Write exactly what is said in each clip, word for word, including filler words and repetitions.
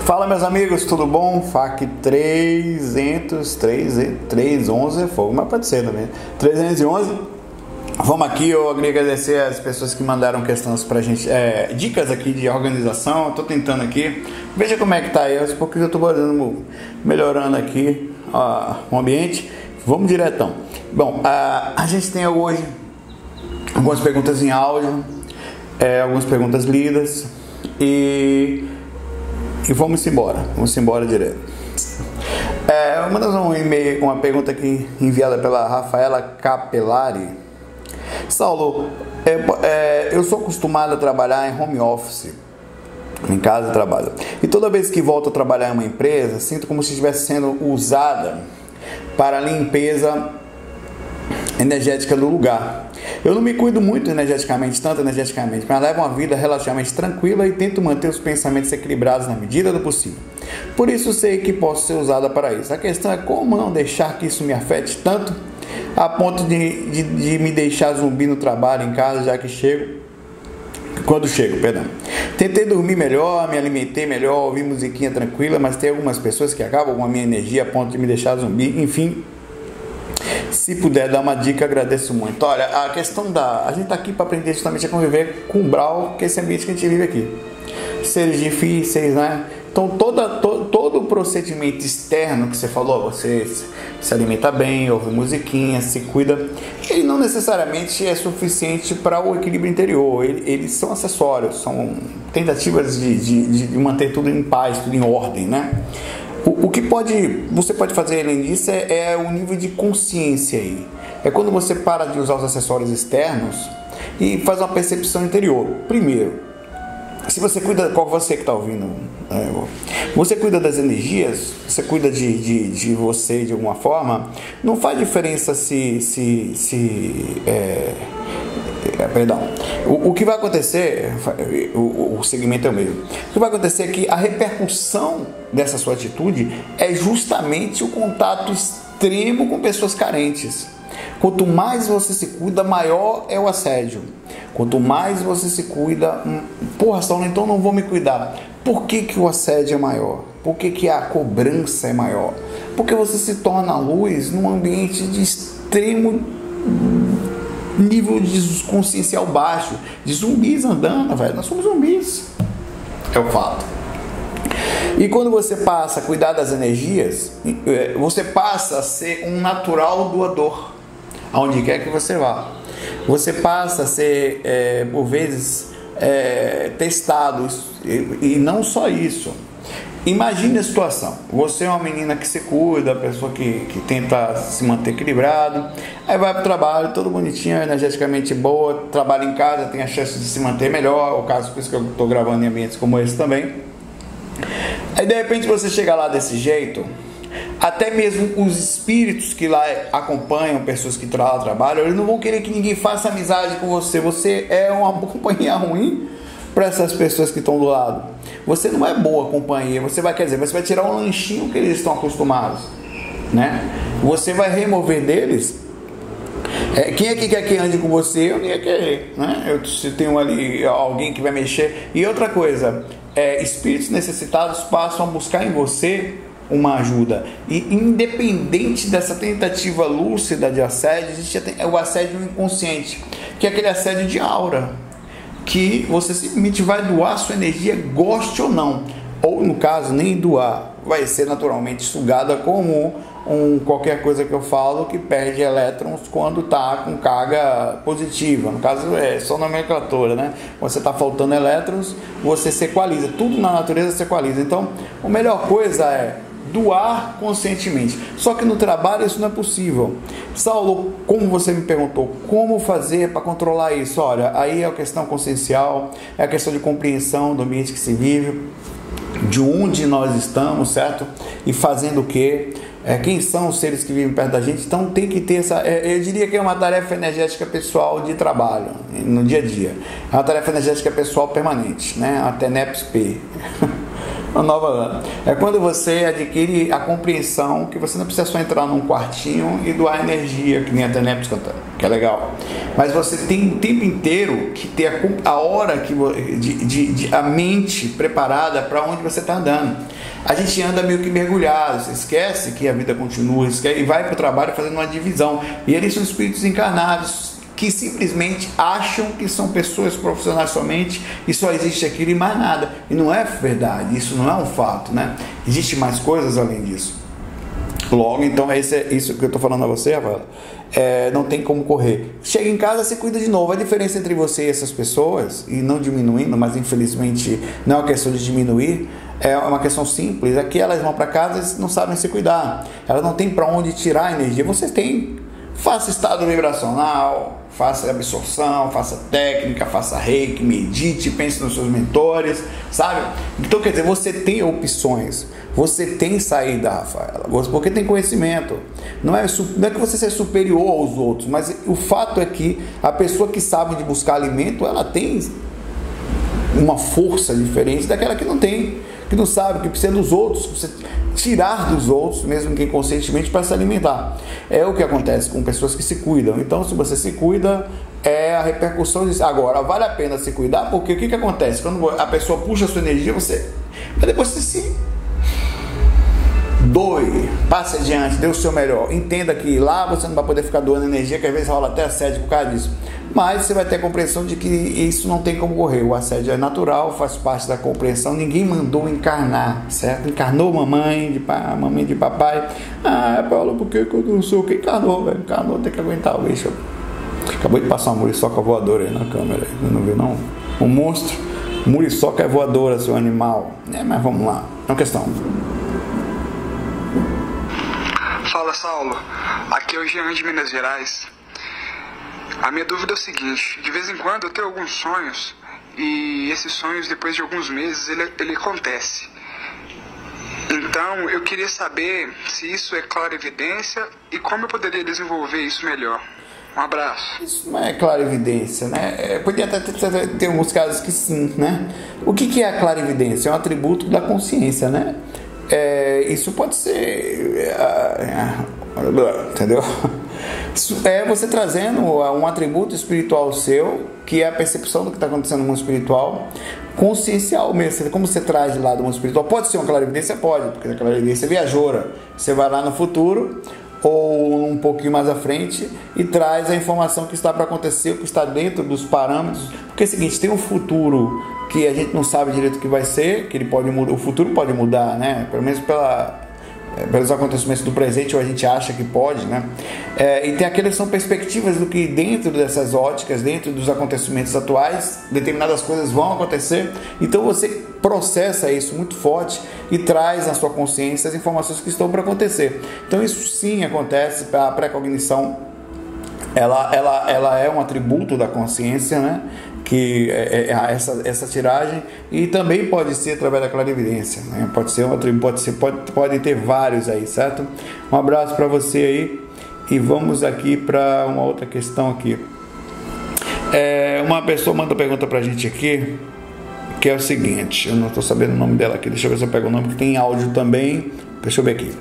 Fala, meus amigos, tudo bom? F A Q trezentos, trezentos e onze é fogo, mas pode ser também. trezentos e onze. Vamos aqui, eu queria agradecer as pessoas que mandaram questões pra gente, é, dicas aqui de organização. Eu tô tentando aqui, veja como é que tá aí, aos poucos eu tô melhorando, melhorando aqui ó, o ambiente. Vamos diretão. Bom, a, a gente tem hoje algumas perguntas em áudio, é, algumas perguntas lidas e, e vamos embora, vamos embora direto. É, mandamos um e-mail, uma pergunta aqui enviada pela Rafaela Capelari. Saulo, é, é, eu sou acostumado a trabalhar em home office, em casa eu trabalho, e toda vez que volto a trabalhar em uma empresa, sinto como se estivesse sendo usada para a limpeza energética do lugar. Eu não me cuido muito energeticamente, tanto energeticamente, mas levo uma vida relativamente tranquila e tento manter os pensamentos equilibrados na medida do possível. Por isso sei que posso ser usada para isso. A questão é como não deixar que isso me afete tanto a ponto de, de, de me deixar zumbi no trabalho, em casa, já que chego, quando chego, perdão. Tentei dormir melhor, me alimentei melhor, ouvi musiquinha tranquila, mas tem algumas pessoas que acabam com a minha energia a ponto de me deixar zumbi. Enfim, se puder dar uma dica, agradeço muito. Olha, a questão da... A gente está aqui para aprender justamente a conviver com o Brau, que é esse ambiente que a gente vive aqui. Seres difíceis, né? Então, toda, to, todo o procedimento externo que você falou, você se alimenta bem, ouve musiquinha, se cuida, ele não necessariamente é suficiente para o equilíbrio interior. Ele, eles são acessórios, são tentativas de, de, de manter tudo em paz, tudo em ordem, né? O, o que pode, você pode fazer além disso é, é o nível de consciência aí. É quando você para de usar os acessórios externos e faz uma percepção interior. Primeiro, se você cuida, qual você que está ouvindo, é, você cuida das energias, você cuida de, de, de você de alguma forma, não faz diferença se, se, se é, é, perdão, o, o que vai acontecer, o, o segmento é o mesmo, o que vai acontecer é que a repercussão dessa sua atitude é justamente o contato extremo com pessoas carentes. Quanto mais você se cuida, maior é o assédio. Quanto mais você se cuida, hum, porra, Saulo, então não vou me cuidar. Por que que o assédio é maior? Por que que a cobrança é maior? Porque você se torna luz num ambiente de extremo nível de consciencial baixo, de zumbis andando, velho. Nós somos zumbis. É o fato. E quando você passa a cuidar das energias, você passa a ser um natural doador, aonde quer que você vá. Você passa a ser, é, por vezes, é, testado, e, e não só isso. Imagine a situação, você é uma menina que se cuida, pessoa que, que tenta se manter equilibrado, aí vai para o trabalho, todo bonitinho, energeticamente boa, trabalha em casa, tem a chance de se manter melhor, o caso por isso que eu estou gravando em ambientes como esse também. Aí de repente você chega lá desse jeito, até mesmo os espíritos que lá acompanham pessoas que lá trabalham, eles não vão querer que ninguém faça amizade com você. Você é uma companhia ruim para essas pessoas que estão do lado. Você não é boa companhia. Você vai, quer dizer, você vai tirar um lanchinho que eles estão acostumados, né? Você vai remover deles. É, quem é que quer que ande com você? Eu não ia querer, né? Eu, se tem ali alguém que vai mexer. E outra coisa, é, espíritos necessitados passam a buscar em você uma ajuda, e independente dessa tentativa lúcida de assédio, existe o assédio inconsciente, que é aquele assédio de aura, que você simplesmente vai doar sua energia, goste ou não, ou no caso nem doar, vai ser naturalmente sugada como um, qualquer coisa que eu falo que perde elétrons quando está com carga positiva. No caso é só nomenclatura, né? Você está faltando elétrons, você sequaliza, tudo na natureza sequaliza. Então a melhor coisa é doar conscientemente. Só que no trabalho isso não é possível. Saulo, como você me perguntou, como fazer para controlar isso? Olha, aí é a questão consciencial, é a questão de compreensão do ambiente que se vive, de onde nós estamos, certo? E fazendo o quê? É, quem são os seres que vivem perto da gente? Então tem que ter essa, é, eu diria que é uma tarefa energética pessoal de trabalho, no dia a dia. É uma tarefa energética pessoal permanente, né? A TENEPS-P. Uma nova é quando você adquire a compreensão que você não precisa só entrar num quartinho e doar energia, que nem a Tenebs cantando, que é legal. Mas você tem o tempo inteiro que ter a, a hora que, de, de, de a mente preparada para onde você está andando. A gente anda meio que mergulhado, você esquece que a vida continua, esquece, e vai para o trabalho fazendo uma divisão. E eles são espíritos encarnados que simplesmente acham que são pessoas profissionais somente e só existe aquilo e mais nada. E não é verdade, isso não é um fato, né? Existem mais coisas além disso. Logo, então, esse é isso que eu estou falando a você, Rafaela. É, não tem como correr. Chega em casa, você cuida de novo. A diferença entre você e essas pessoas, e não diminuindo, mas infelizmente não é uma questão de diminuir, é uma questão simples, é que elas vão para casa e não sabem se cuidar. Elas não têm para onde tirar a energia. Vocês têm. Faça estado vibracional, faça absorção, faça técnica, faça reiki, medite, pense nos seus mentores, sabe? Então, quer dizer, você tem opções, você tem saída, Rafaela, porque tem conhecimento. Não é, não é que você seja superior aos outros, mas o fato é que a pessoa que sabe de buscar alimento, ela tem uma força diferente daquela que não tem, que não sabe, que precisa dos outros, precisa tirar dos outros, mesmo que inconscientemente, para se alimentar. É o que acontece com pessoas que se cuidam. Então, se você se cuida, é a repercussão disso. Agora, vale a pena se cuidar, porque o que, que acontece? Quando a pessoa puxa a sua energia, você... depois você se... doe, passe adiante, dê o seu melhor. Entenda que lá você não vai poder ficar doando energia, que às vezes rola até assédio por causa disso. Mas você vai ter a compreensão de que isso não tem como correr. O assédio é natural, faz parte da compreensão. Ninguém mandou encarnar, certo? Encarnou mamãe de, pai, mamãe de papai. Ah, Paulo, por que eu não sou? Quem encarnou, velho? Encarnou, tem que aguentar o bicho. Acabou de passar uma muriçoca voadora aí na câmera. Não viu, não? Um monstro. Muriçoca é voadora, seu animal. É, mas vamos lá. É uma questão. Fala, Saulo. Aqui é o Jean de Minas Gerais. A minha dúvida é o seguinte: de vez em quando eu tenho alguns sonhos e esses sonhos, depois de alguns meses, ele, ele acontece. Então, eu queria saber se isso é clarividência e como eu poderia desenvolver isso melhor. Um abraço. Isso não é clarividência, né? É, podia até ter, ter, ter alguns casos que sim, né? O que, que é a clarividência? É um atributo da consciência, né? É, isso pode ser... É, é, entendeu? Isso é você trazendo um atributo espiritual seu, que é a percepção do que está acontecendo no mundo espiritual, consciencial mesmo. Como você traz de lá do mundo espiritual? Pode ser uma clarividência? Pode, porque a clarividência é viajoura. Você vai lá no futuro ou um pouquinho mais à frente e traz a informação que está para acontecer, o que está dentro dos parâmetros. Porque é o seguinte, tem um futuro que a gente não sabe direito o que vai ser, que ele pode mudar, o futuro pode mudar, né? Pelo menos pela, pelos acontecimentos do presente, ou a gente acha que pode, né? É, e tem aquelas são perspectivas do que dentro dessas óticas, dentro dos acontecimentos atuais, determinadas coisas vão acontecer. Então você processa isso muito forte e traz na sua consciência as informações que estão para acontecer. Então isso sim acontece. A precognição, ela, ela, ela é um atributo da consciência, né? Que é, é essa, essa tiragem, e também pode ser através da clarividência, né? Pode ser um atributo, pode ser, pode, pode ter vários aí, certo? Um abraço para você aí e vamos aqui para uma outra questão aqui. É, uma pessoa manda pergunta pra gente aqui, que é o seguinte, eu não estou sabendo o nome dela aqui, deixa eu ver se eu pego o nome, que tem áudio também, deixa eu ver aqui.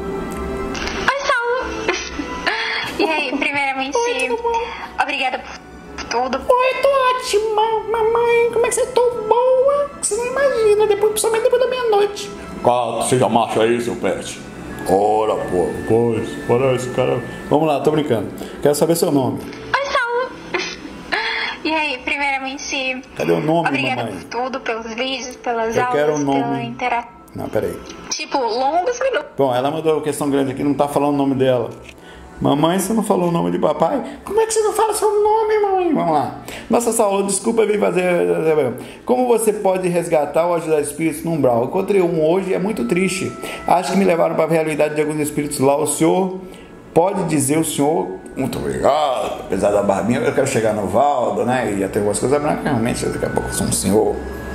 Oi, Saulo! E aí, primeiramente, obrigada por tudo. Oi, tô ótima, mamãe, como é que você tá boa? Você não imagina, depois, principalmente depois da meia-noite. Qual, seja macho aí, seu pet. Ora, pô, pois, parece, cara. Vamos lá, tô brincando. Quero saber seu nome. Oi, Saulo! E aí, primeiramente, cadê o nome, obrigada mamãe? por tudo, pelos vídeos, pelas eu aulas, quero o nome. pela interação. Não, peraí. Tipo, longos minutos. Bom, ela mandou uma questão grande aqui, não tá falando o nome dela. Mamãe, você não falou o nome de papai? Como é que você não fala seu nome, mãe? Vamos lá. Nossa, Saulo, desculpa vir fazer... Como você pode resgatar ou ajudar espíritos no umbral? Eu encontrei um hoje e é muito triste. Acho que me levaram para a realidade de alguns espíritos lá. O senhor pode dizer, o senhor... Muito obrigado. Apesar da barbinha, eu quero chegar no Valdo, né? E até algumas coisas brancas. Realmente, daqui a pouco eu sou um senhor.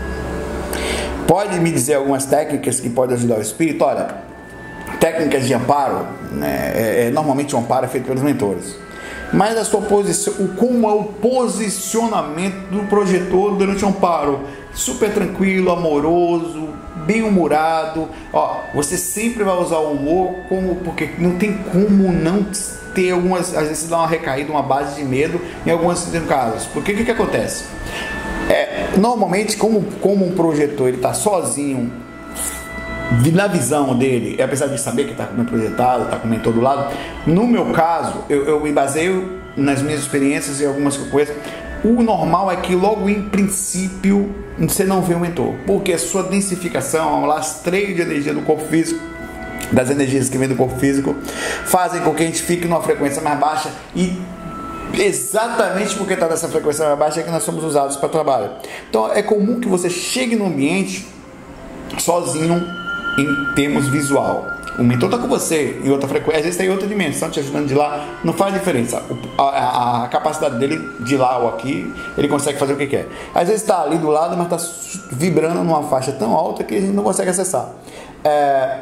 Pode me dizer algumas técnicas que podem ajudar o espírito? Olha... técnicas de amparo, né, é, é, normalmente o amparo é feito pelos mentores. mas a sua posição, como é o posicionamento do projetor durante um amparo. Super tranquilo, amoroso, bem-humorado. Ó, você sempre vai usar o humor, como, porque não tem como não ter algumas, às vezes dá uma recaída, uma base de medo em alguns casos. Porque o que, que acontece? É, normalmente, como, como um projetor ele está sozinho, na visão dele, apesar de saber que está com o projetado, está com o mentor do lado, no meu caso, eu, eu me baseio nas minhas experiências e algumas que eu conheço. O normal é que logo em princípio você não vê o mentor, porque a sua densificação, o lastreio de energia do corpo físico, das energias que vêm do corpo físico, fazem com que a gente fique numa frequência mais baixa, e exatamente porque está nessa frequência mais baixa é que nós somos usados para trabalho. Então é comum que você chegue no ambiente sozinho em termos visual. O mentor está com você em outra frequência, às vezes tem outra dimensão te ajudando de lá, não faz diferença. A, a, a capacidade dele de lá ou aqui, ele consegue fazer o que quer. Às vezes está ali do lado, mas está vibrando numa faixa tão alta que a gente não consegue acessar. É,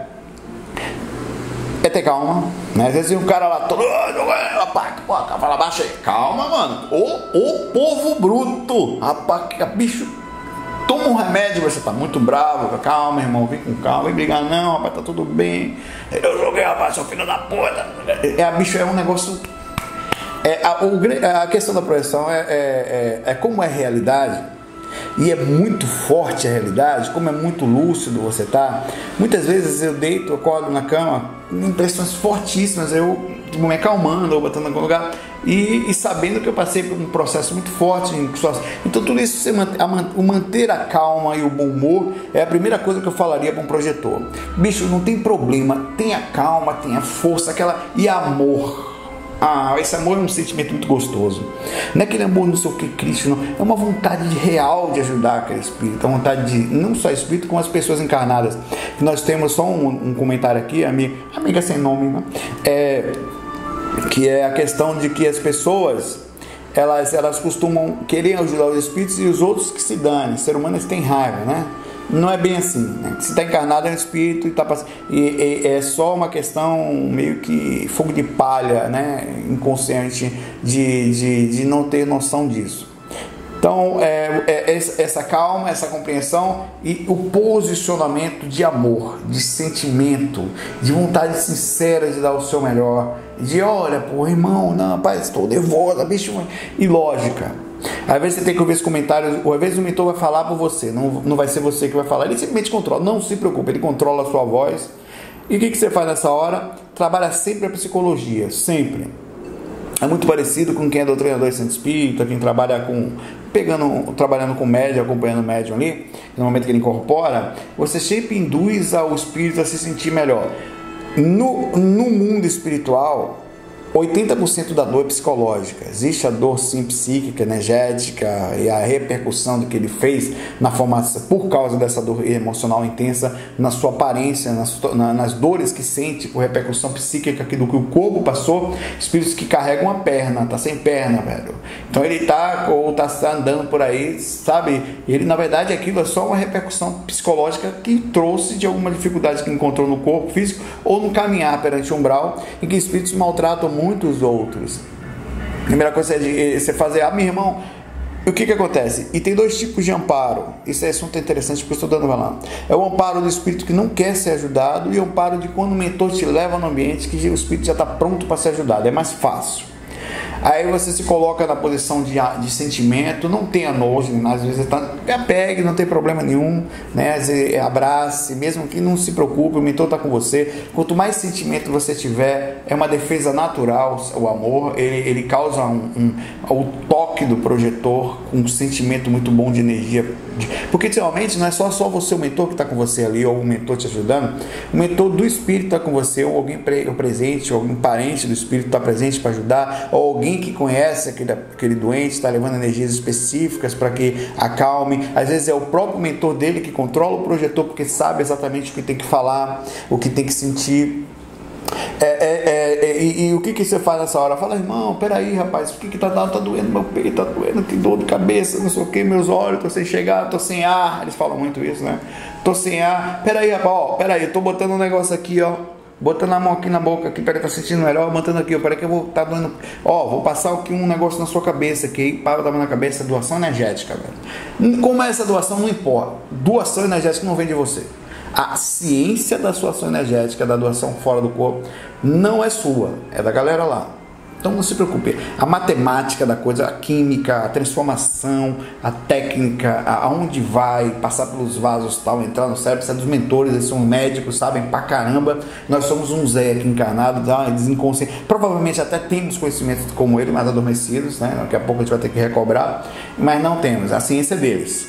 é ter calma, né? Às vezes o cara lá todo, fala baixa aí, calma, mano. O, o povo bruto, rapaz, bicho. Toma um remédio, você tá muito bravo, calma, irmão, vem com calma, vem brigar não, rapaz, tá tudo bem. Eu joguei, rapaz, seu filho da puta. É, a bicho é um negócio. É, a, a questão da projeção é, é, é, é como é realidade, e é muito forte a realidade, como é muito lúcido você tá. Muitas vezes eu deito, acordo na cama, impressões fortíssimas, eu tipo, me acalmando ou botando em algum lugar. E, e sabendo que eu passei por um processo muito forte, então tudo isso, você o manter a calma e o bom humor é a primeira coisa que eu falaria para um projetor. Bicho, não tem problema, tenha calma, tenha força, aquela e amor. Ah, esse amor é um sentimento muito gostoso. Não é aquele amor não sei o que Cristo, não. É uma vontade real de ajudar aquele espírito, é uma vontade de não só espírito, como as pessoas encarnadas. Nós temos só um, um comentário aqui, amiga, amiga sem nome, né? É que é a questão de que as pessoas elas, elas costumam querer ajudar os espíritos e os outros que se danem. O ser humano tem raiva, né? Não é bem assim, né? Se está encarnado é um espírito e, tá pass... e, e é só uma questão meio que fogo de palha, né? Inconsciente de, de, de não ter noção disso. Então, é, é, essa calma, essa compreensão e o posicionamento de amor, de sentimento, de vontade sincera de dar o seu melhor, de olha, pô, irmão, não, rapaz, estou nervosa, bicho, e lógica. Às vezes você tem que ouvir os comentários, ou às vezes o mentor vai falar por você, não, não vai ser você que vai falar, ele simplesmente controla, não se preocupe, ele controla a sua voz. E o que, que você faz nessa hora? Trabalha sempre a psicologia, sempre. É muito parecido com quem é doutrinador de centro espírita, quem trabalha com, pegando, trabalhando com médium, acompanhando o médium ali, no momento que ele incorpora, você sempre induz ao espírito a se sentir melhor. No, no mundo espiritual, oitenta por cento da dor é psicológica. Existe a dor sim psíquica, energética e a repercussão do que ele fez na formação, por causa dessa dor emocional intensa, na sua aparência, nas, na, nas dores que sente por repercussão psíquica do que o corpo passou. Espíritos que carregam a perna, tá sem perna, velho. Então ele tá ou tá andando por aí, sabe? Ele na verdade aquilo é só uma repercussão psicológica que trouxe de alguma dificuldade que encontrou no corpo físico ou no caminhar perante o umbral, em que espíritos maltratam muito muitos outros. A primeira coisa é de você fazer, ah, meu irmão, o que que acontece? E tem dois tipos de amparo. Esse assunto é interessante porque eu estou dando valor. É o amparo do espírito que não quer ser ajudado e o amparo de quando o mentor te leva no ambiente que o espírito já está pronto para ser ajudado. É mais fácil. Aí você se coloca na posição de, de sentimento, não tenha nojo, às vezes tá, apegue, não tem problema nenhum, né? Abrace, mesmo que não se preocupe, o mentor está com você. Quanto mais sentimento você tiver, é uma defesa natural, o amor, ele, ele causa um, um, o toque do projetor com um sentimento muito bom de energia, porque geralmente não é só, só você, o mentor que está com você ali, ou o mentor te ajudando, o mentor do espírito está com você, ou alguém presente, ou algum parente do espírito está presente para ajudar, ou alguém que conhece aquele, aquele doente, está levando energias específicas para que acalme. Às vezes é o próprio mentor dele que controla o projetor, porque sabe exatamente o que tem que falar, o que tem que sentir. É, é, é, e, e o que, que você faz nessa hora? Fala, irmão, peraí, rapaz, o que que tá dando? Tá doendo meu peito, tá doendo, que dor de cabeça, não sei o que, meus olhos, tô sem chegar, tô sem ar. Eles falam muito isso, né? Tô sem ar, peraí, rapaz, ó, peraí, eu tô botando um negócio aqui, ó. botando a mão aqui na boca, aqui, peraí, tá sentindo melhor, botando aqui, ó, peraí que eu vou, tá doendo, ó, vou passar aqui um negócio na sua cabeça, aqui, para a mão na cabeça, doação energética, velho. Como é essa doação, não importa, doação energética não vem de você. A ciência da sua ação energética, da doação fora do corpo, não é sua, é da galera lá. Então não se preocupe, a matemática da coisa, a química, a transformação, a técnica, aonde vai, passar pelos vasos tal, entrar no cérebro, isso é dos mentores, eles são médicos, sabem pra caramba. Nós somos um Zé aqui encarnado, tá? Eles inconscientes, provavelmente até temos conhecimentos como ele, mais adormecidos, né? Daqui a pouco a gente vai ter que recobrar, mas não temos, a ciência é deles.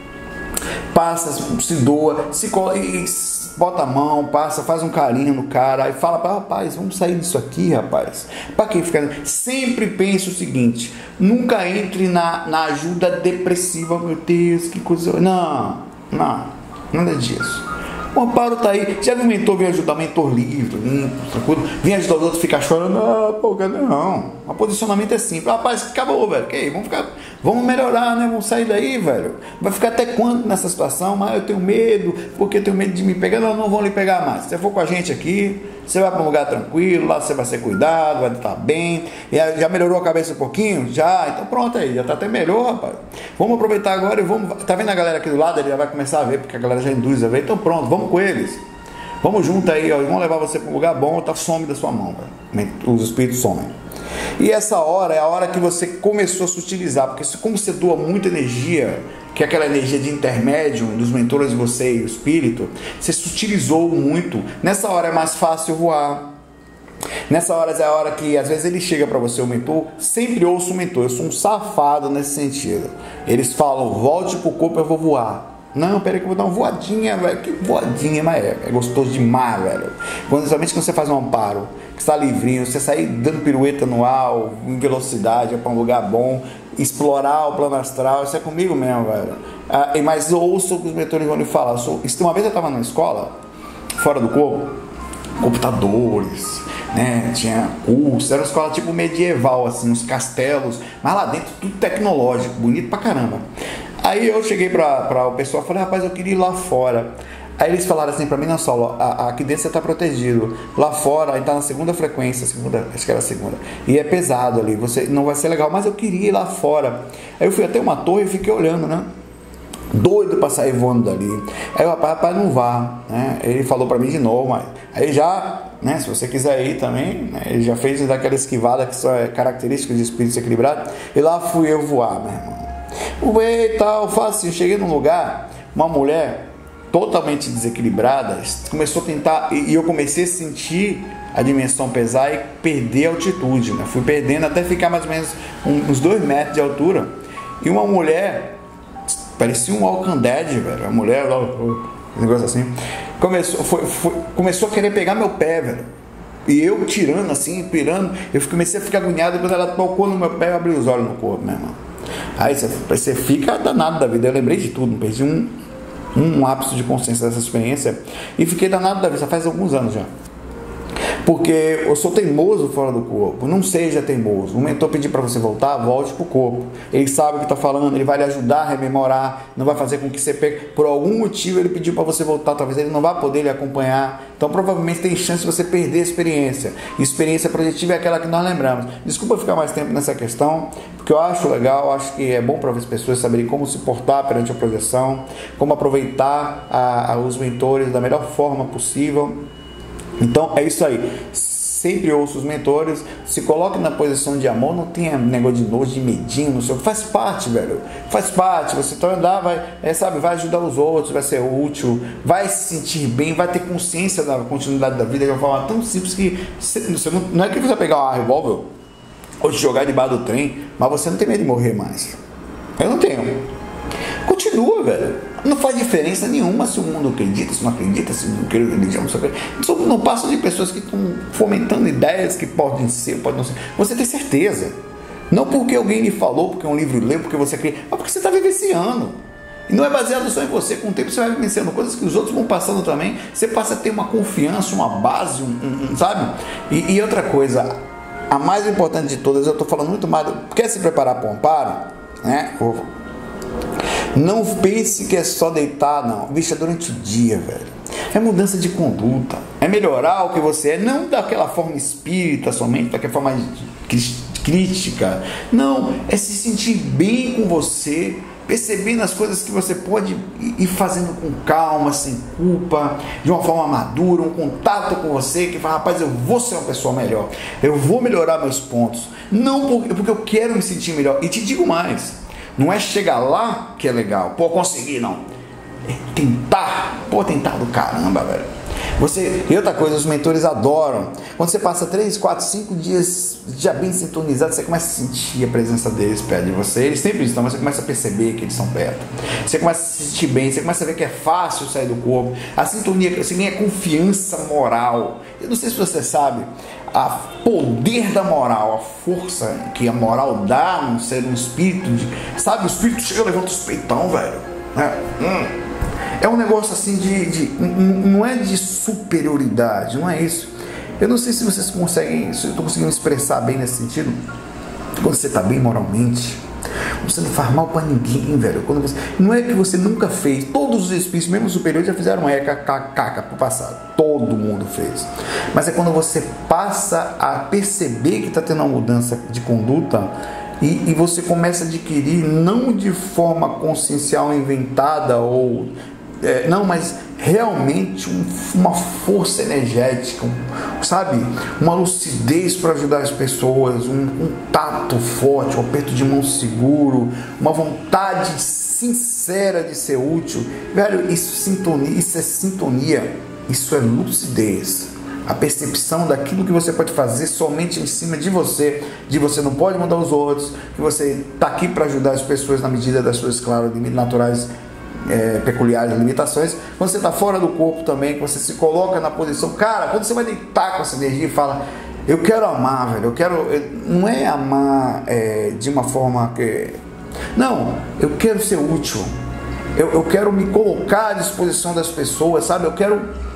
Passa, se doa, se cola, e bota a mão, passa, faz um carinho no cara e fala para rapaz, vamos sair disso aqui, rapaz. Para que ficar? Sempre pense o seguinte: nunca entre na, na ajuda depressiva, meu Deus, que coisa. Não, não, nada disso. O amparo tá aí. Já viu o mentor vir ajudar, mentor livre, limpo, tranquilo, vir ajudar os outros, ficar chorando. Ah, pô, não. O posicionamento é simples. Rapaz, acabou, velho. Que aí, vamos ficar, vamos melhorar, né? Vamos sair daí, velho. Vai ficar até quando nessa situação? Mas eu tenho medo, porque eu tenho medo de me pegar. Não, não vão lhe pegar mais. Se você for com a gente aqui, você vai para um lugar tranquilo, lá você vai ser cuidado, vai estar bem. E já melhorou a cabeça um pouquinho? Já, então pronto aí, já tá até melhor, rapaz. Vamos aproveitar agora e vamos. Tá vendo a galera aqui do lado? Ele já vai começar a ver, porque a galera já induz a ver. Então pronto, vamos com eles. Vamos junto aí, ó, vamos levar você para um lugar bom, tá, some da sua mão, velho. Os espíritos somem. E essa hora é a hora que você começou a se utilizar, porque como você doa muita energia, que é aquela energia de intermédio dos mentores de você e o espírito, você se utilizou muito. Nessa hora é mais fácil voar. Nessa hora é a hora que às vezes ele chega para você, o mentor. Sempre ouço o mentor, eu sou um safado nesse sentido. Eles falam, volte pro corpo, eu vou voar. Não, peraí que eu vou dar uma voadinha, velho. Que voadinha, mas é, é gostoso demais, velho. Quando, somente quando você faz um amparo, que está livrinho, você sair dando pirueta no ar, em velocidade, para um lugar bom, explorar o plano astral, isso é comigo mesmo, velho. Ah, mas eu ouço o que os mentores vão me falar. Sou, uma vez eu estava na escola, fora do corpo, computadores, né? Tinha cursos, era uma escola tipo medieval, assim, uns castelos, mas lá dentro tudo tecnológico, bonito pra caramba. Aí eu cheguei para o pessoal e falei, rapaz, eu queria ir lá fora. Aí eles falaram assim para mim, não, Saulo, a, a, aqui dentro você está protegido. Lá fora, aí está na segunda frequência, segunda, acho que era a segunda. E é pesado ali, você, não vai ser legal, mas eu queria ir lá fora. Aí eu fui até uma torre e fiquei olhando, né? Doido para sair voando dali. Aí o rapaz, rapaz, não vá, né? Ele falou para mim de novo, mas aí já, né? Se você quiser ir também, né? Ele já fez daquela esquivada que só é característica de espírito equilibrado. E lá fui eu voar, meu irmão. Voei e tal, faço assim, cheguei num lugar, uma mulher totalmente desequilibrada, começou a tentar, e eu comecei a sentir a dimensão pesar e perder a altitude, né? Fui perdendo até ficar mais ou menos uns dois metros de altura, e uma mulher, parecia um Walking Dead, velho, a mulher, um negócio assim, começou, foi, foi, começou a querer pegar meu pé, velho, e eu tirando assim, pirando, eu comecei a ficar agoniado, quando ela tocou no meu pé, eu abri os olhos no corpo, meu irmão. Aí você, você fica danado da vida. Eu lembrei de tudo, perdi um, um ápice de consciência dessa experiência e fiquei danado da vida, faz alguns anos já. Porque eu sou teimoso fora do corpo. Não seja teimoso. O mentor pedir para você voltar, volte para o corpo. Ele sabe o que está falando, ele vai lhe ajudar a rememorar, não vai fazer com que você pegue. Por algum motivo ele pediu para você voltar, talvez ele não vá poder lhe acompanhar. Então provavelmente tem chance de você perder a experiência. Experiência projetiva é aquela que nós lembramos. Desculpa ficar mais tempo nessa questão, porque eu acho legal, acho que é bom para as pessoas saberem como se portar perante a projeção, como aproveitar a, a, os mentores da melhor forma possível. Então é isso aí, sempre ouço os mentores, se coloque na posição de amor, não tenha negócio de nojo, de medinho, não sei, faz parte, velho, faz parte, você tá andar, vai, é, sabe, vai ajudar os outros, vai ser útil, vai se sentir bem, vai ter consciência da continuidade da vida de uma forma tão simples que você, você não, não é que você vai pegar uma revólver ou te jogar debaixo do trem, mas você não tem medo de morrer mais. Eu não tenho. Continua, velho. Não faz diferença nenhuma se o mundo acredita, se não acredita, se não quer religião, não, não passa de pessoas que estão fomentando ideias que podem ser, podem não ser. Você tem certeza. Não porque alguém lhe falou, porque um livro leu, porque você crê, mas porque você está vivenciando. E não é baseado só em você. Com o tempo você vai vivenciando coisas que os outros vão passando também. Você passa a ter uma confiança, uma base, um, um, um, sabe? E, e outra coisa, a mais importante de todas, eu estou falando muito mais, quer se preparar para o amparo, né? Não pense que é só deitar, não. Bicho, é durante o dia, velho. É mudança de conduta, é melhorar o que você é, não daquela forma espírita somente, daquela forma crítica, não, é se sentir bem com você, percebendo as coisas que você pode ir fazendo com calma, sem culpa, de uma forma madura, um contato com você que fala, rapaz, eu vou ser uma pessoa melhor, eu vou melhorar meus pontos, não porque, porque eu quero me sentir melhor. E te digo mais, não é chegar lá que é legal, pô, conseguir, não, é tentar, pô, tentar do caramba, velho. Você, e outra coisa, os mentores adoram. Quando você passa três, quatro, cinco dias já bem sintonizado, você começa a sentir a presença deles perto de você. Eles sempre estão, mas você começa a perceber que eles estão perto. Você começa a se sentir bem, você começa a ver que é fácil sair do corpo. A sintonia, você ganha confiança moral. Eu não sei se você sabe, o poder da moral, a força que a moral dá num ser, um espírito. De, sabe, o espírito chega e levanta os peitão, velho. É, hum. É um negócio assim de, de... Não é de superioridade, não é isso. Eu não sei se vocês conseguem... Se eu estou conseguindo expressar bem nesse sentido. Quando você está bem moralmente, você não faz mal para ninguém, velho. Quando você, não é que você nunca fez. Todos os espíritos, mesmo superiores, já fizeram eca, caca pro passado. Todo mundo fez. Mas é quando você passa a perceber que está tendo uma mudança de conduta... E, e você começa a adquirir, não de forma consciencial inventada, ou é, não, mas realmente um, uma força energética, um, sabe? Uma lucidez para ajudar as pessoas, um, um tato forte, um aperto de mão seguro, uma vontade sincera de ser útil. Velho, isso, sintonia, isso é sintonia, isso é lucidez. A percepção daquilo que você pode fazer somente em cima de você, de você não pode mudar os outros, que você está aqui para ajudar as pessoas na medida das suas, claro, limites naturais, é, peculiares, limitações. Quando você está fora do corpo também, que você se coloca na posição, cara, quando você vai deitar com essa energia e fala, eu quero amar, velho, eu quero, não é amar é, de uma forma que, não, eu quero ser útil, eu, eu quero me colocar à disposição das pessoas, sabe, eu quero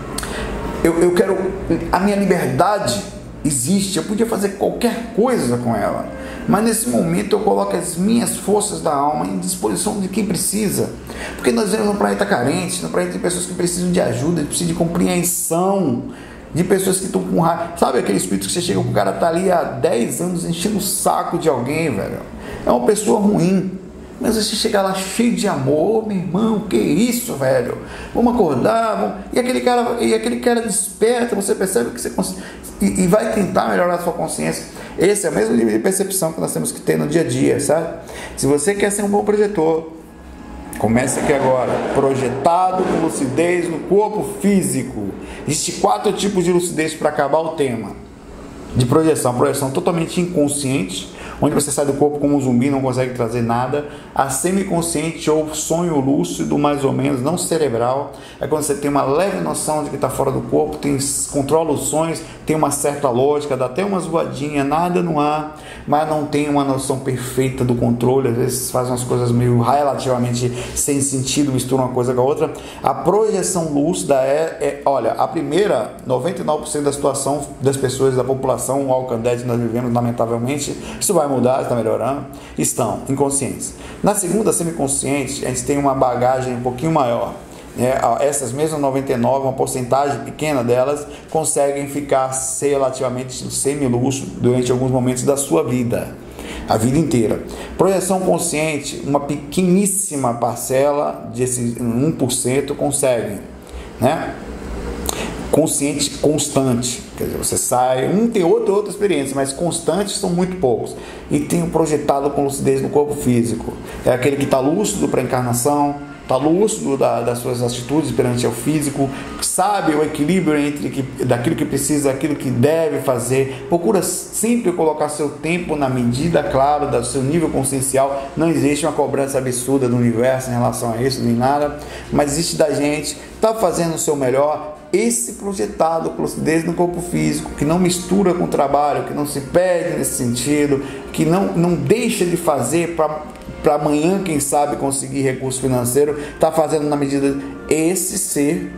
Eu, eu quero, a minha liberdade existe, eu podia fazer qualquer coisa com ela, mas nesse momento eu coloco as minhas forças da alma em disposição de quem precisa, porque nós vivemos num planeta carente, num planeta de pessoas que precisam de ajuda, precisam de compreensão, de pessoas que estão com raiva, sabe aquele espírito que você chega, o cara tá ali há dez anos enchendo o saco de alguém, velho, é uma pessoa ruim, mas você chega lá cheio de amor, oh, meu irmão, que isso, velho? Vamos acordar, vamos... E, aquele cara, e aquele cara desperta, você percebe que você cons... e, e vai tentar melhorar a sua consciência. Esse é o mesmo nível de percepção que nós temos que ter no dia a dia, sabe? Se você quer ser um bom projetor, comece aqui agora. Projetado com lucidez no corpo físico. Existem quatro tipos de lucidez para acabar o tema de projeção. Projeção totalmente inconsciente, onde você sai do corpo como um zumbi, não consegue trazer nada. A semiconsciente ou sonho lúcido, mais ou menos, não cerebral, é quando você tem uma leve noção de que está fora do corpo, tem, controla os sonhos, tem uma certa lógica, dá até umas voadinhas, nada no ar, mas não tem uma noção perfeita do controle, às vezes faz umas coisas meio relativamente sem sentido, mistura uma coisa com a outra. A projeção lúcida é, é olha, a primeira, noventa e nove por cento da situação das pessoas, da população, o Walking Dead que nós vivemos, lamentavelmente, isso vai mudar, está melhorando, estão inconscientes. Na segunda, semiconsciente, a gente tem uma bagagem um pouquinho maior. É, essas mesmas noventa e nove, uma porcentagem pequena delas, conseguem ficar relativamente semi-lúcido durante alguns momentos da sua vida, a vida inteira. Projeção consciente, uma pequeníssima parcela, desse um por cento, consegue, né? Consciente constante, quer dizer, você sai, um tem outra outra experiência, mas constantes são muito poucos. E tem o projetado com lucidez no corpo físico, é aquele que está lúcido para a encarnação, está lúcido da, das suas atitudes perante o físico, sabe o equilíbrio entre que, daquilo que precisa, daquilo que deve fazer, procura sempre colocar seu tempo na medida, claro, do seu nível consciencial. Não existe uma cobrança absurda do universo em relação a isso, nem nada, mas existe da gente, está fazendo o seu melhor. Esse projetado com lucidez no corpo físico, que não mistura com o trabalho, que não se perde nesse sentido, que não, não deixa de fazer para para amanhã, quem sabe, conseguir recurso financeiro, está fazendo na medida. Esse ser,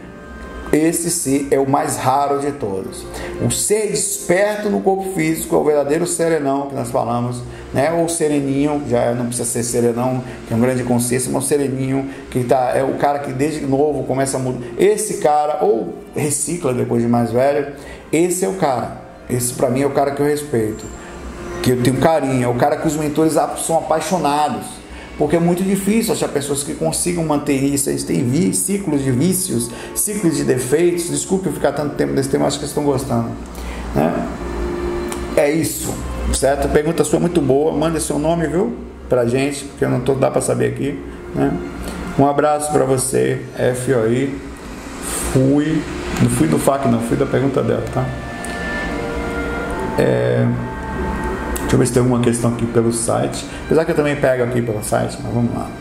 esse ser é o mais raro de todos. O ser desperto no corpo físico é o verdadeiro serenão que nós falamos, né? Ou sereninho, já não precisa ser serenão, que é um grande consciência, mas o sereninho, que tá, é o cara que desde novo começa a mudar. Esse cara, ou recicla depois de mais velho, esse é o cara. Esse pra mim é o cara que eu respeito, que eu tenho carinho, é o cara que os mentores são apaixonados, porque é muito difícil achar pessoas que consigam manter isso. Eles têm vi, ciclos de vícios, ciclos de defeitos. Desculpe eu ficar tanto tempo nesse tema, acho que vocês estão gostando, né? É isso, certo? A pergunta sua é muito boa, manda seu nome, viu, pra gente, porque eu não tô, dá pra saber aqui, né? Um abraço pra você, F O I. Fui, não fui do F A Q não, fui da pergunta dela, tá? É... Deixa eu ver se tem alguma questão aqui pelo site. Apesar que eu também pego aqui pelo site, mas vamos lá.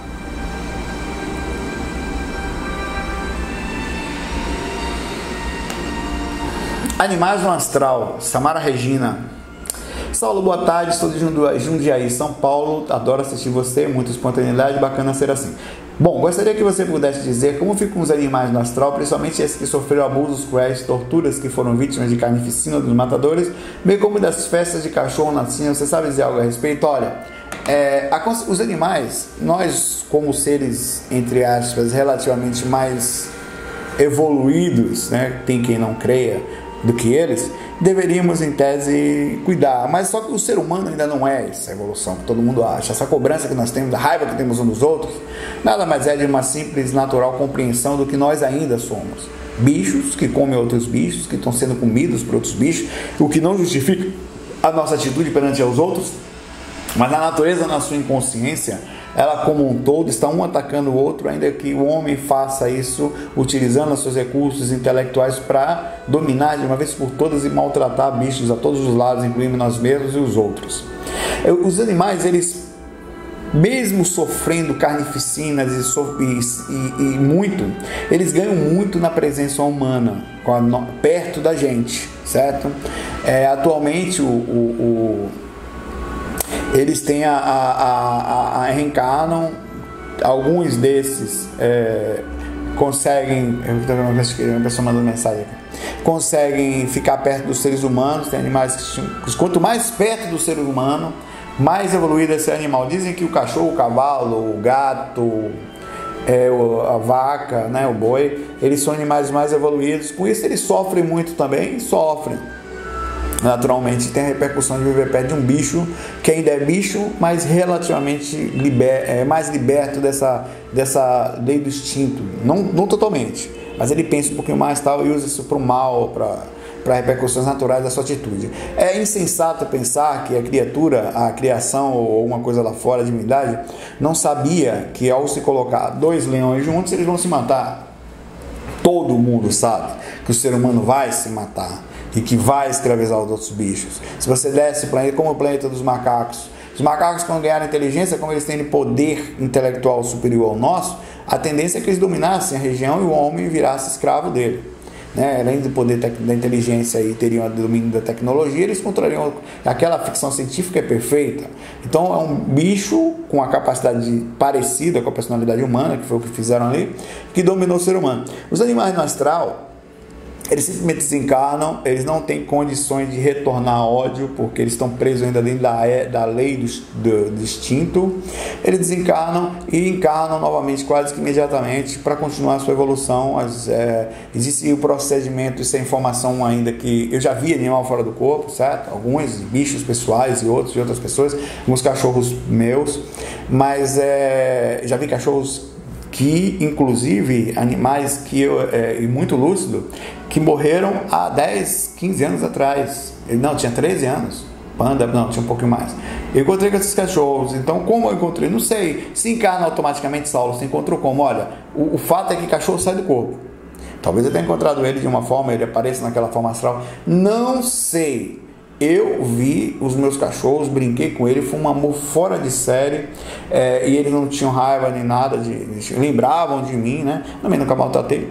Animais no Astral, Samara Regina. Saulo, boa tarde, estou de Jundiaí, São Paulo. Adoro assistir você, muita espontaneidade, bacana ser assim. Bom, gostaria que você pudesse dizer como ficam os animais no astral, principalmente esses que sofreram abusos cruéis, torturas, que foram vítimas de carnificina dos matadores, bem como das festas de cachorro na China. Você sabe dizer algo a respeito? Olha, é, a, os animais, nós como seres, entre aspas, relativamente mais evoluídos, né, tem quem não creia, do que eles, deveríamos em tese cuidar, mas só que o ser humano ainda não é essa evolução que todo mundo acha. Essa cobrança que nós temos, a raiva que temos uns dos outros, nada mais é de uma simples, natural compreensão do que nós ainda somos. Bichos que comem outros bichos, que estão sendo comidos por outros bichos, o que não justifica a nossa atitude perante aos outros, mas na natureza, na sua inconsciência, ela como um todo está um atacando o outro, ainda que o homem faça isso utilizando os seus recursos intelectuais para dominar de uma vez por todas e maltratar bichos a todos os lados, incluindo nós mesmos e os outros. Os animais, eles, mesmo sofrendo carnificinas e, so, e, e, e muito, eles ganham muito na presença humana, perto da gente, certo? É, atualmente, o, o, o eles têm a, a, a, a reencarnam, alguns desses é, conseguem, uma pessoa mandando mensagem aqui, conseguem ficar perto dos seres humanos. Tem animais que, quanto mais perto do ser humano, mais evoluído é esse animal. Dizem que o cachorro, o cavalo, o gato, é, a vaca, né, o boi, eles são animais mais evoluídos. Com isso eles sofrem muito também, sofrem. Naturalmente tem a repercussão de viver perto de um bicho que ainda é bicho, mas relativamente liber, é, mais liberto dessa, dessa lei do instinto. Não, não totalmente, mas ele pensa um pouquinho mais tal, e usa isso para o mal, para repercussões naturais da sua atitude. É insensato pensar que a criatura, a criação ou uma coisa lá fora, a divindade, não sabia que ao se colocar dois leões juntos, eles vão se matar. Todo mundo sabe que o ser humano vai se matar e que vai escravizar os outros bichos. Se você desce o planeta, como o planeta dos macacos, os macacos, quando ganharam inteligência, como eles têm poder intelectual superior ao nosso, a tendência é que eles dominassem a região e o homem virasse escravo dele, né? Além do poder da inteligência e teriam o domínio da tecnologia, eles controlariam. Aquela ficção científica é perfeita. Então é um bicho com a capacidade parecida com a personalidade humana, que foi o que fizeram ali, que dominou o ser humano. Os animais no astral, eles simplesmente desencarnam, eles não têm condições de retornar a ódio, porque eles estão presos ainda dentro da, da lei do, do, do instinto. Eles desencarnam e encarnam novamente quase que imediatamente para continuar a sua evolução. As, é, existe o procedimento, isso é informação ainda que eu já vi animal fora do corpo, certo? Alguns bichos pessoais e outros de outras pessoas, alguns cachorros meus, mas é, já vi cachorros que, inclusive, animais que eu, é, muito lúcido, que morreram há dez, quinze anos atrás. Não, tinha treze anos. Panda, não, tinha um pouquinho mais. Eu encontrei com esses cachorros. Então, como eu encontrei? Não sei. Se encarna automaticamente, Saulo, você encontrou como? Olha, o, o fato é que cachorro sai do corpo. Talvez eu tenha encontrado ele de uma forma, ele apareça naquela forma astral. Não sei. Eu vi os meus cachorros, brinquei com ele, foi um amor fora de série, é, e eles não tinham raiva nem nada, de, de, lembravam de mim, né? Também nunca maltratei.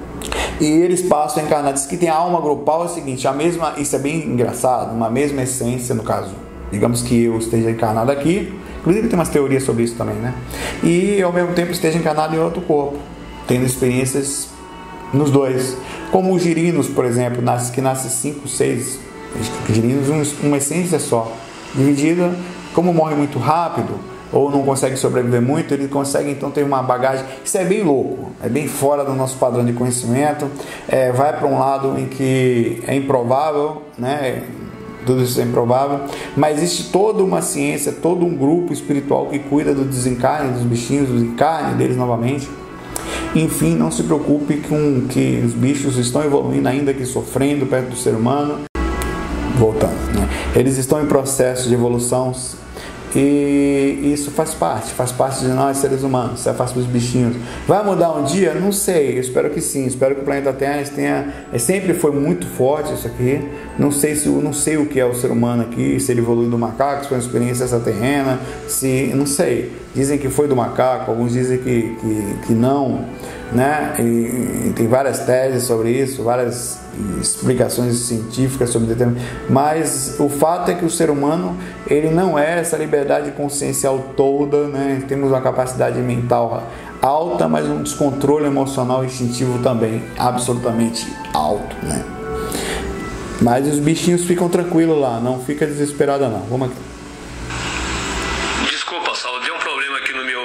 E eles passam a encarnar. Diz que tem a alma grupal, é o seguinte, a mesma, isso é bem engraçado, uma mesma essência, no caso, digamos que eu esteja encarnado aqui, inclusive tem umas teorias sobre isso também, né? E ao mesmo tempo esteja encarnado em outro corpo, tendo experiências nos dois. Como os girinos, por exemplo, nasce, que nasce cinco, seis girinos, uma essência só, dividida como morre muito rápido, ou não consegue sobreviver muito, ele consegue então ter uma bagagem. Isso é bem louco, é bem fora do nosso padrão de conhecimento, é, vai para um lado em que é improvável, né? Tudo isso é improvável, mas existe toda uma ciência, todo um grupo espiritual que cuida do desencarne dos bichinhos, do encarne deles novamente. Enfim, não se preocupe com que os bichos estão evoluindo, ainda que sofrendo perto do ser humano. Voltando, né? Eles estão em processo de evolução. E isso faz parte, faz parte de nós seres humanos, isso faz para os bichinhos. Vai mudar um dia? Não sei, eu espero que sim. Espero que o planeta Terra tenha, sempre foi muito forte isso aqui. Não sei se não sei o que é o ser humano aqui, se ele evoluiu do macaco, se foi uma experiência extraterrena, se não sei. Dizem que foi do macaco, alguns dizem que, que, que não, né? E, e tem várias teses sobre isso, várias explicações científicas sobre determinado, mas o fato é que o ser humano ele não é essa liberdade consciencial toda, né? Temos uma capacidade mental alta, mas um descontrole emocional e instintivo também absolutamente alto, né? Mas os bichinhos ficam tranquilos lá, não fica desesperada não. Vamos aqui. Desculpa, Saulo, deu um problema aqui no meu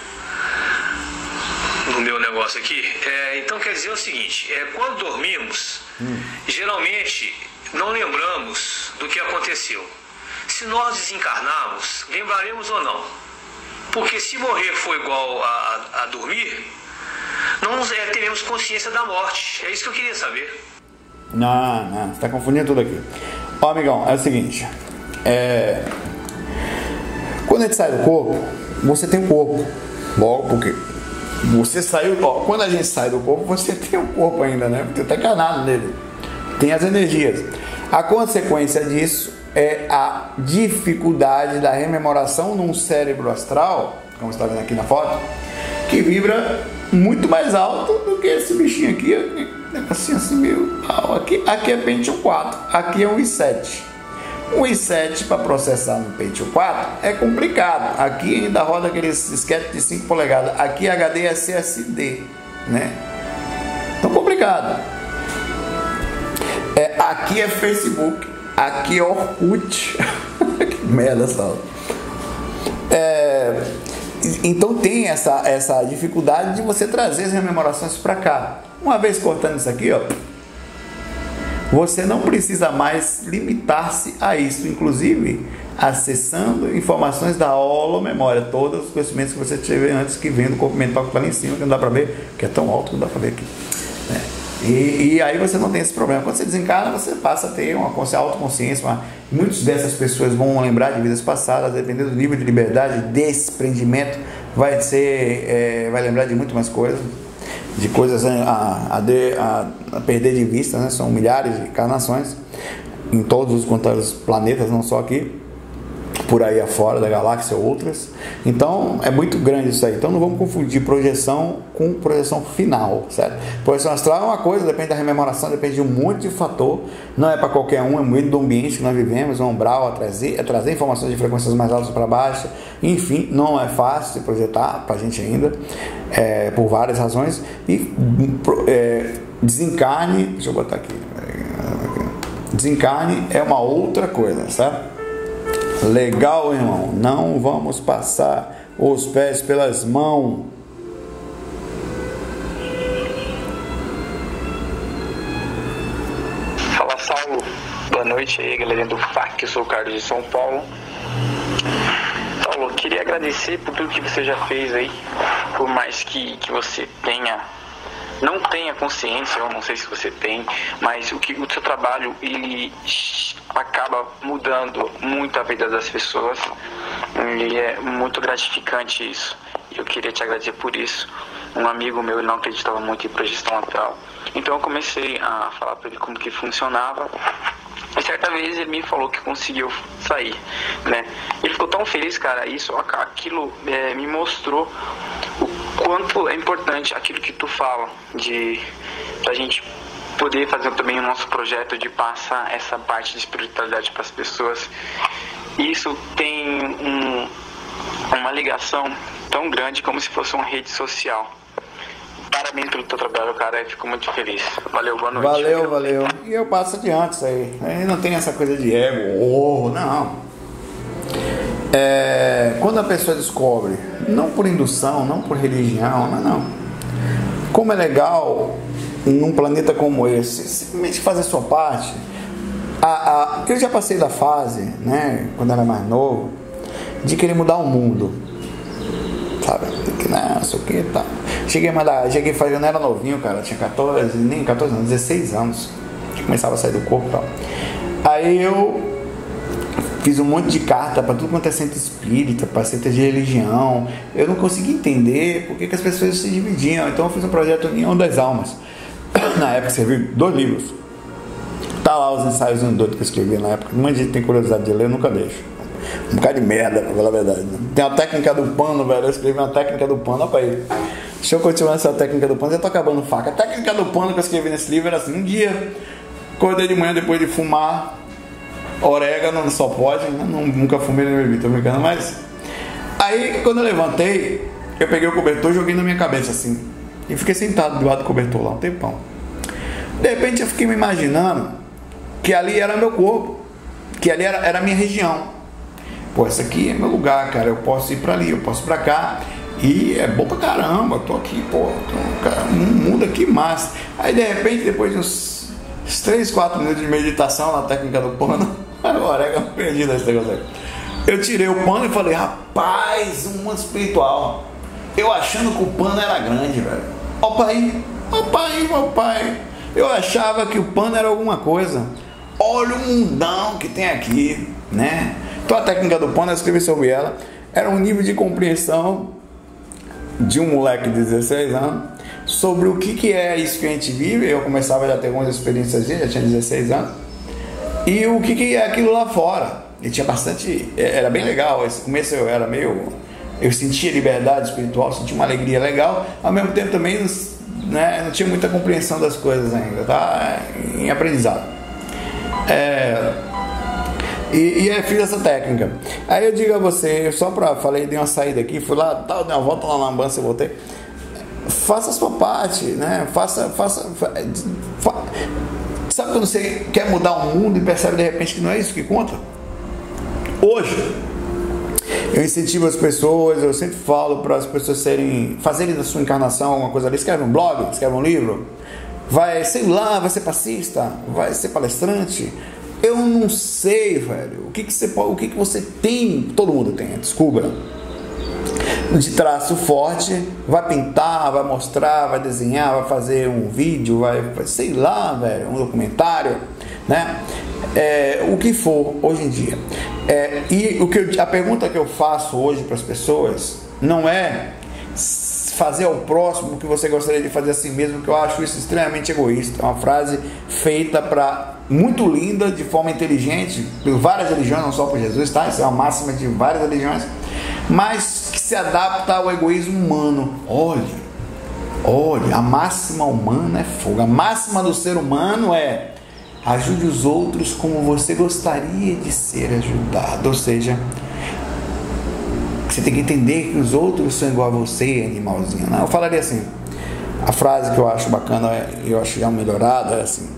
no meu negócio aqui. É, então quer dizer o seguinte, é, quando dormimos, hum. geralmente não lembramos do que aconteceu. Se nós desencarnarmos, lembraremos ou não? Porque se morrer for igual a, a dormir, não é, teremos consciência da morte. É isso que eu queria saber. Não, não, você está confundindo tudo aqui. Ó, amigão, é o seguinte, é... quando a gente sai do corpo, você tem um corpo. Logo, porque você saiu, ó, quando a gente sai do corpo, você tem um corpo ainda, né? Você está encarnado nele. Tem as energias. A consequência disso é a dificuldade da rememoração num cérebro astral, como você está vendo aqui na foto, que vibra muito mais alto do que esse bichinho aqui. Assim, assim, meio aqui, aqui é Pentium quatro, aqui é um i sete. Um i sete para processar no Pentium quatro é complicado. Aqui ainda roda aqueles disquete de cinco polegadas. Aqui é H D S S D, né? Então complicado. É, aqui é Facebook, aqui é Orkut. Que merda essa. É, então tem essa, essa dificuldade de você trazer as rememorações para cá. Uma vez cortando isso aqui, ó, você não precisa mais limitar-se a isso, inclusive acessando informações da holomemória, todos os conhecimentos que você teve antes, que vem do corpo mental que está lá em cima, que não dá para ver, que é tão alto que não dá para ver aqui, né? E, e aí você não tem esse problema. Quando você desencarna, você passa a ter uma autoconsciência. Uma... Muitas dessas pessoas vão lembrar de vidas passadas, dependendo do nível de liberdade, desprendimento, vai ser, é, vai lembrar de muito mais coisas, de coisas a, a, de, a, a perder de vista, né? São milhares de encarnações em todos os contados planetas, não só aqui, por aí afora da galáxia, outras. Então é muito grande isso aí. Então não vamos confundir projeção com projeção final, certo? Projeção astral é uma coisa, depende da rememoração, depende de um monte de fator, não é para qualquer um, é muito do ambiente que nós vivemos, é um umbral a trazer, é trazer informações de frequências mais altas para baixo, enfim, não é fácil de projetar para a gente ainda, é, por várias razões. E é, desencarne, deixa eu botar aqui, desencarne é uma outra coisa, certo? Legal, irmão, não vamos passar os pés pelas mãos. Fala, Saulo, boa noite aí, galerinha do F A C, eu sou o Carlos de São Paulo. Saulo, eu queria agradecer por tudo que você já fez aí, por mais que, que você tenha, não tenha consciência, eu não sei se você tem, mas o, que, o seu trabalho, ele acaba mudando muito a vida das pessoas e é muito gratificante isso. Eu queria te agradecer por isso. Um amigo meu não acreditava muito em projeção astral, então eu comecei a falar para ele como que funcionava. E certa vez ele me falou que conseguiu sair, né? Ele ficou tão feliz, cara. Isso, aquilo é, me mostrou o quanto é importante aquilo que tu fala, de a gente poder fazer também o nosso projeto de passar essa parte de espiritualidade para as pessoas. Isso tem um, uma ligação tão grande como se fosse uma rede social. Parabéns pelo teu trabalho, cara, eu fico muito feliz. Valeu, boa noite. Valeu, valeu. E eu passo adiante isso aí. Aí não tem essa coisa de ego, oh, não. é, quando a pessoa descobre, não por indução, não por religião, não, não. Como é legal num planeta como esse, simplesmente fazer a sua parte. A, a, eu já passei da fase, né, quando era mais novo, de querer mudar o mundo, sabe? Que não, sei o que, tá. Cheguei a mandar, cheguei a fazer, eu não era novinho, cara, tinha catorze, nem catorze anos, dezesseis anos, que começava a sair do corpo e tal. Aí eu fiz um monte de carta para tudo quanto é centro espírita, para centro de religião. Eu não consegui entender por que, que as pessoas se dividiam. Então eu fiz um projeto União das Almas. Na época escrevi dois livros. Tá lá os ensaios doidos que eu escrevi na época. Muita gente tem curiosidade de ler, eu nunca deixo. Um bocado de merda, pra falar a verdade. Tem a técnica do pano, velho. Eu escrevi uma técnica do pano, olha pra aí. Deixa eu continuar essa técnica do pano, já tô acabando faca. A técnica do pano que eu escrevi nesse livro era assim: um dia, acordei de manhã depois de fumar orégano, só pode, né? Não, nunca fumei nem bebi, tô brincando, mas aí quando eu levantei, eu peguei o cobertor e joguei na minha cabeça assim, e fiquei sentado do lado do cobertor lá um tempão. De repente eu fiquei me imaginando que ali era meu corpo, que ali era, era a minha região. Pô, esse aqui é meu lugar, cara, eu posso ir pra ali, eu posso ir pra cá, e é bom pra caramba, eu tô aqui, pô, tô, cara, um mundo aqui massa. Aí de repente, depois de uns três, quatro minutos de meditação na técnica do pano, agora é perdi nesse negócio aí. Eu tirei o pano e falei, rapaz, um mundo espiritual. Eu achando que o pano era grande, velho. Ó pai, ó pai, ó pai. Eu achava que o pano era alguma coisa. Olha o mundão que tem aqui, né? Então a técnica do pano, eu escrevi sobre ela. Era um nível de compreensão de um moleque de dezesseis anos sobre o que, que é isso que a gente vive. Eu começava já a ter algumas experiências, já tinha dezesseis anos. E o que, que é aquilo lá fora. E tinha bastante, era bem legal. Esse começo eu era meio, eu sentia liberdade espiritual, sentia uma alegria legal. Ao mesmo tempo também, né, não tinha muita compreensão das coisas ainda, tá? Em aprendizado. É, e, e eu fiz essa técnica. Aí eu digo a você, só pra, falei, dei uma saída aqui, fui lá, tal, dei uma volta lá na lambança e voltei. Faça a sua parte, né? Faça, faça, fa, fa, sabe quando você quer mudar o mundo e percebe de repente que não é isso que conta? Hoje, eu incentivo as pessoas, eu sempre falo para as pessoas serem, fazerem da sua encarnação alguma coisa ali. Escreve um blog, escreve um livro, vai, sei lá, vai ser passista, vai ser palestrante. Eu não sei, velho, o que, que, você, o que, que você tem, todo mundo tem, descubra. De traço forte, vai pintar, vai mostrar, vai desenhar, vai fazer um vídeo, vai, sei lá, velho, um documentário, né? É, o que for hoje em dia. É, e o que eu, a pergunta que eu faço hoje para as pessoas não é fazer ao próximo o que você gostaria de fazer a si mesmo, que eu acho isso extremamente egoísta. É uma frase feita para muito linda, de forma inteligente, por várias religiões, não só por Jesus, tá? Isso é uma máxima de várias religiões, mas que se adapta ao egoísmo humano. Olha, olha, a máxima humana é fogo. A máxima do ser humano é: ajude os outros como você gostaria de ser ajudado. Ou seja, você tem que entender que os outros são igual a você, animalzinho. Não, eu falaria assim, a frase que eu acho bacana, eu acho já melhorada, é assim: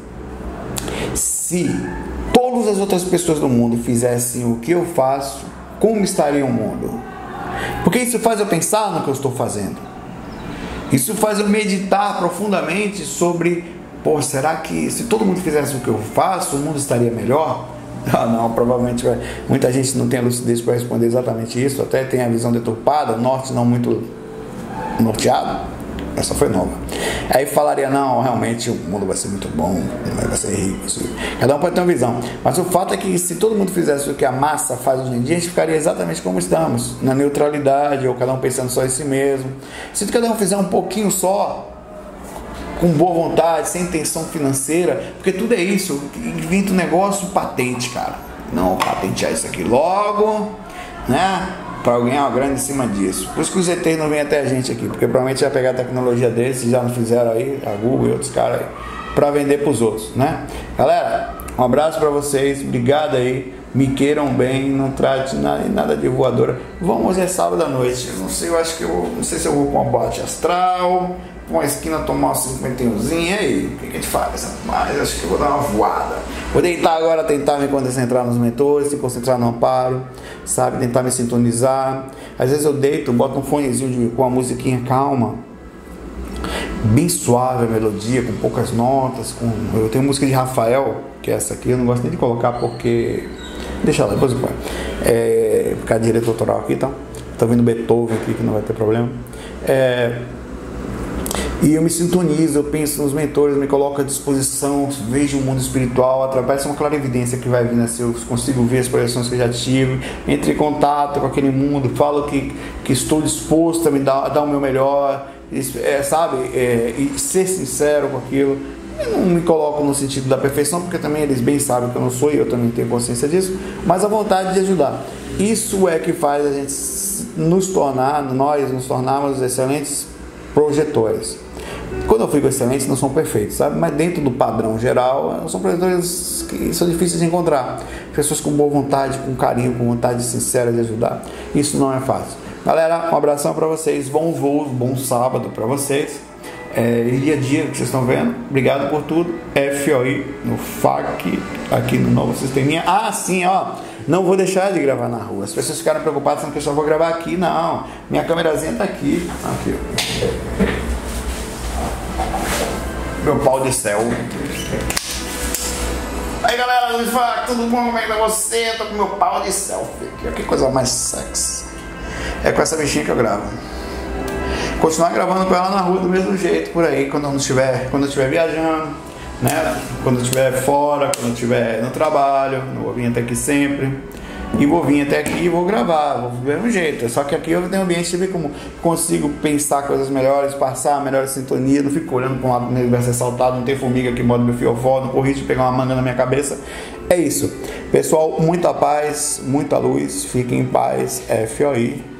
se todas as outras pessoas do mundo fizessem o que eu faço, como estaria o mundo? Porque isso faz eu pensar no que eu estou fazendo. Isso faz eu meditar profundamente sobre, pô, será que se todo mundo fizesse o que eu faço, o mundo estaria melhor? Ah, não, provavelmente vai. Muita gente não tem a lucidez para responder exatamente isso, até tem a visão deturpada, o norte não muito norteado. Essa foi nova. Aí falaria, não, realmente o mundo vai ser muito bom, vai ser rico. Isso. Cada um pode ter uma visão. Mas o fato é que se todo mundo fizesse o que a massa faz hoje em dia, a gente ficaria exatamente como estamos, na neutralidade, ou cada um pensando só em si mesmo. Se cada um fizer um pouquinho só, com boa vontade, sem intenção financeira, porque tudo é isso, inventa um negócio patente, cara. Não, patentear isso aqui logo, né? Para ganhar uma grana em cima disso. Por isso que os E Tês não vêm até a gente aqui, porque provavelmente vai pegar a tecnologia deles, se já não fizeram aí, a Google e outros caras aí, para vender para os outros, né? Galera, um abraço para vocês, obrigado aí, me queiram bem, não trate nada, nada de voadora. Vamos, é sábado à noite, eu não sei, eu acho que eu, não sei se eu vou com uma boate astral, pra uma esquina tomar um cinquentinhozinho, e aí, o que, que a gente faz? Mas acho que eu vou dar uma voada. Vou deitar agora, tentar me concentrar nos mentores, se concentrar no amparo, sabe? Tentar me sintonizar. Às vezes eu deito, boto um fonezinho de, com uma musiquinha calma, bem suave a melodia, com poucas notas. Com... Eu tenho música de Rafael, que é essa aqui, eu não gosto nem de colocar porque... Deixa lá, depois eu ponho. É, ficar direito autoral aqui, então. Tô vendo Beethoven aqui, que não vai ter problema. É, e eu me sintonizo, eu penso nos mentores, me coloco à disposição, vejo o mundo espiritual, através de uma clarividência que vai vir, né? Se eu consigo ver as projeções que eu já tive, entre em contato com aquele mundo, falo que, que estou disposto a me dar, a dar o meu melhor, é, sabe? É, e ser sincero com aquilo. Eu não me coloco no sentido da perfeição, porque também eles bem sabem que eu não sou e eu também tenho consciência disso, mas a vontade de ajudar. Isso é que faz a gente nos tornar, nós nos tornarmos excelentes projetores. Quando eu fico excelentes, não são perfeitos, sabe? Mas dentro do padrão geral, são projetores que são difíceis de encontrar. Pessoas com boa vontade, com carinho, com vontade sincera de ajudar. Isso não é fácil. Galera, um abração para vocês, bons voos, bom sábado para vocês. É, dia a dia que vocês estão vendo. Obrigado por tudo. F O I no F A Q, aqui no novo sisteminha. Ah, sim, ó. Não vou deixar de gravar na rua. As pessoas ficaram preocupadas achando que eu só vou gravar aqui. Não. Minha câmerazinha tá aqui. Aqui. Meu pau de céu. Aí galera do F A Q, tudo bom? Como é que tá você? Tô com meu pau de selfie aqui. Que coisa mais sexy. É com essa bichinha que eu gravo. Continuar gravando com ela na rua do mesmo jeito, por aí, quando eu estiver, quando eu estiver viajando, né? Quando eu estiver fora, quando eu estiver no trabalho, eu vou vir até aqui sempre. E vou vir até aqui e vou gravar, vou do mesmo jeito. Só que aqui eu tenho um ambiente de ver como consigo pensar coisas melhores, passar a melhor sintonia, não fico olhando para um lado negro vai ser saltado, não tem formiga que morde meu fiofó, não corri de pegar uma manga na minha cabeça. É isso. Pessoal, muita paz, muita luz, fiquem em paz, F O I.